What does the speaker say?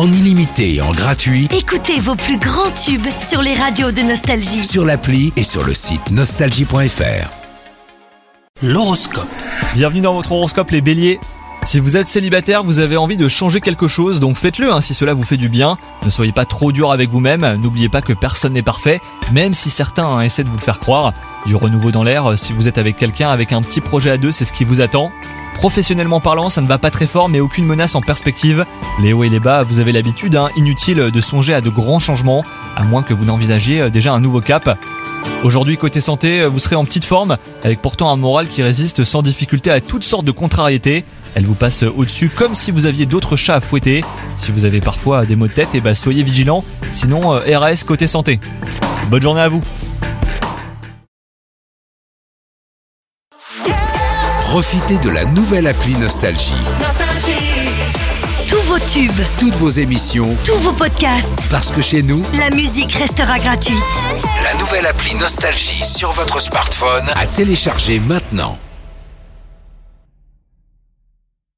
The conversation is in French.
en illimité et en gratuit Écoutez vos plus grands tubes sur les radios de Nostalgie. sur l'appli et sur le site nostalgie.fr. L'horoscope. Bienvenue dans votre horoscope les béliers. Si vous êtes célibataire, vous avez envie de changer quelque chose, donc faites-le si cela vous fait du bien. Ne soyez pas trop dur avec vous-même, n'oubliez pas que personne n'est parfait, même si certains essaient de vous le faire croire. Du renouveau dans l'air, si vous êtes avec quelqu'un avec un petit projet à deux, c'est ce qui vous attend. Professionnellement parlant, ça ne va pas très fort, mais aucune menace en perspective. Les hauts et les bas, vous avez l'habitude, inutile de songer à de grands changements, à moins que vous n'envisagiez déjà un nouveau cap. Aujourd'hui, côté santé, vous serez en petite forme, avec pourtant un moral qui résiste sans difficulté à toutes sortes de contrariétés. Elle vous passe au-dessus comme si vous aviez d'autres chats à fouetter. Si vous avez parfois des maux de tête, soyez vigilants, sinon RAS côté santé. Bonne journée à vous. Profitez de la nouvelle appli Nostalgie. Tous vos tubes, Toutes vos émissions, tous vos podcasts, parce que chez nous, la musique restera gratuite. la nouvelle appli Nostalgie sur votre smartphone à télécharger maintenant.